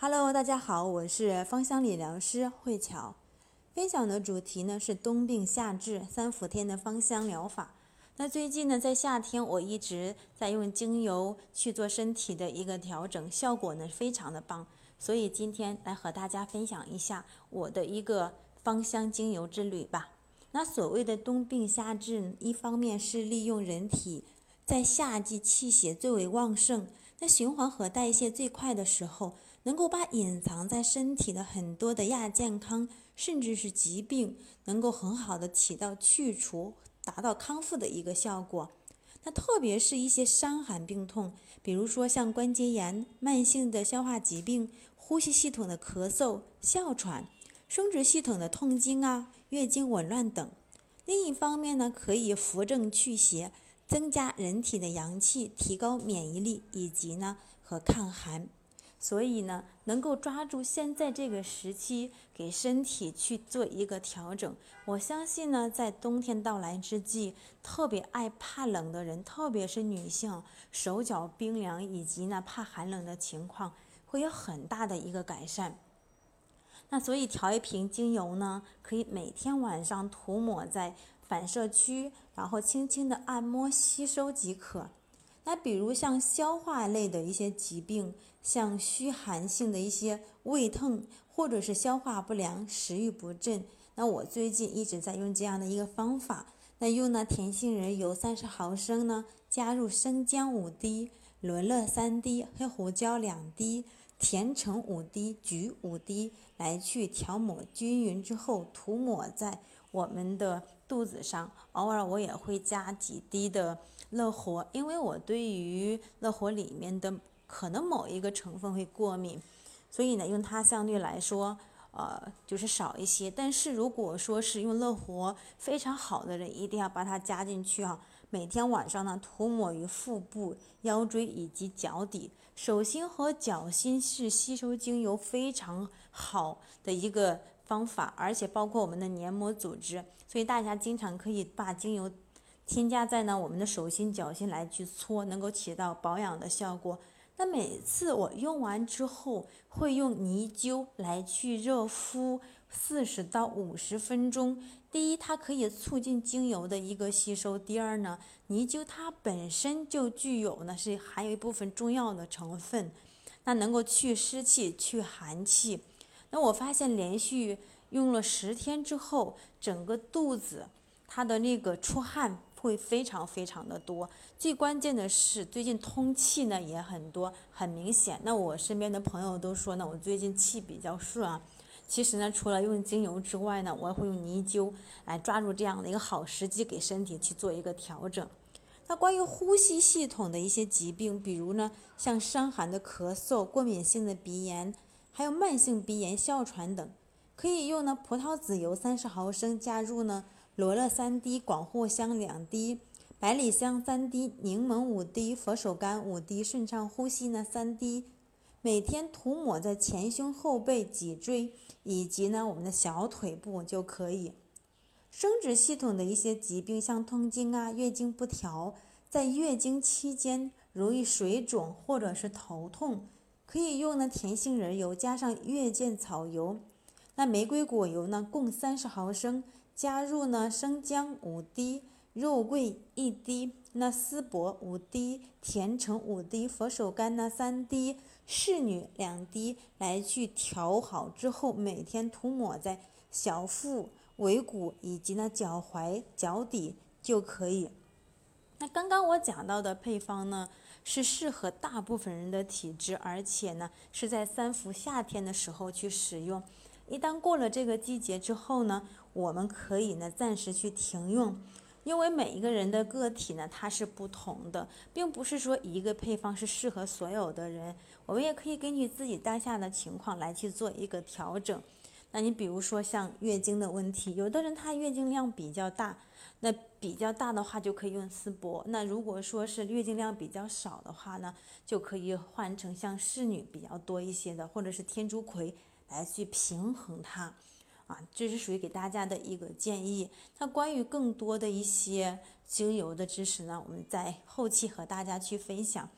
Hello，大家好，我是芳香理疗师慧巧，分享的主题呢是冬病夏治3伏天的芳香疗法。那最近呢，在夏天我一直在用精油去做身体的一个调整，效果呢非常的棒，所以今天来和大家分享一下我的一个芳香精油之旅吧。那所谓的冬病夏治，一方面是利用人体在夏季气血最为旺盛，那循环和代谢最快的时候，能够把隐藏在身体的很多的亚健康甚至是疾病，能够很好的起到去除达到康复的一个效果。那特别是一些伤寒病痛，比如说像关节炎、慢性的消化疾病、呼吸系统的咳嗽、哮喘、生殖系统的痛经月经紊乱等。另一方面呢，可以扶正祛邪，增加人体的阳气，提高免疫力，以及呢和抗寒。所以呢，能够抓住现在这个时期，给身体去做一个调整。我相信呢，在冬天到来之际，特别怕冷的人，特别是女性，手脚冰凉以及呢怕寒冷的情况，会有很大的一个改善。那所以调一瓶精油呢，可以每天晚上涂抹在反射区，然后轻轻的按摩吸收即可。那比如像消化类的一些疾病，像虚寒性的一些胃痛，或者是消化不良、食欲不振，那我最近一直在用这样的一个方法。那用甜杏仁油30毫升呢，加入生姜5滴、罗勒3滴、黑胡椒2滴、甜橙5滴、菊5滴，来去调抹均匀之后，涂抹在我们的肚子上。偶尔我也会加几滴的乐活，因为我对于乐活里面的可能某一个成分会过敏，所以呢用它相对来说就是少一些。但是如果说是用乐活非常好的人，一定要把它加进去每天晚上呢涂抹于腹部、腰椎以及脚底。手心和脚心是吸收精油非常好的一个方法，而且包括我们的黏膜组织，所以大家经常可以把精油添加在我们的手心、脚心来去搓，能够起到保养的效果。那每次我用完之后，会用泥灸来去热敷40到50分钟。第一，它可以促进精油的一个吸收；第二呢，泥灸它本身就具有是含有一部分中药的成分，那能够去湿气、去寒气。那我发现连续用了10天之后，整个肚子它的那个出汗会非常非常的多，最关键的是最近通气呢也很多，很明显。那我身边的朋友都说呢，我最近气比较顺其实呢，除了用精油之外呢，我也会用泥灸来抓住这样的一个好时机，给身体去做一个调整。那关于呼吸系统的一些疾病，比如呢，像伤寒的咳嗽、过敏性的鼻炎，还有慢性鼻炎、哮喘等，可以用葡萄籽油30毫升，加入罗勒3滴、广藿香2滴、百里香3滴、柠檬5滴、佛手柑5滴、顺畅呼吸3滴，每天涂抹在前胸后背、脊椎以及我们的小腿部就可以。生殖系统的一些疾病，像痛经月经不调，在月经期间容易水肿或者是头痛，可以用甜杏仁油加上月见草油。那玫瑰果油共30毫升，加入生姜5滴、肉桂1滴、丝柏5滴、甜橙5滴、佛手柑3滴、侍女2滴，来去调好之后，每天涂抹在小腹、尾骨以及脚踝、脚底就可以。那刚刚我讲到的配方呢，是适合大部分人的体质，而且呢是在3伏夏天的时候去使用。一旦过了这个季节之后呢，我们可以暂时去停用，因为每一个人的个体它是不同的，并不是说一个配方是适合所有的人，我们也可以根据自己当下的情况来去做一个调整。那你比如说像月经的问题，有的人他月经量比较大，那比较大的话就可以用丝柏，那如果说是月经量比较少的话呢，就可以换成像侍女比较多一些的，或者是天竺葵来去平衡它这是属于给大家的一个建议。那关于更多的一些精油的知识呢，我们在后期和大家去分享。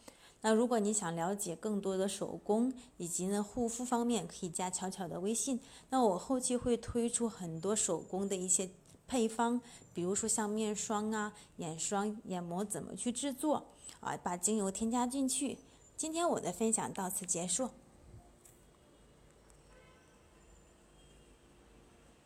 那如果你想了解更多的手工以及呢护肤方面，可以加巧巧的微信。那我后期会推出很多手工的一些配方，比如说像面霜啊、眼霜、眼膜怎么去制作啊，把精油添加进去。今天我的分享到此结束。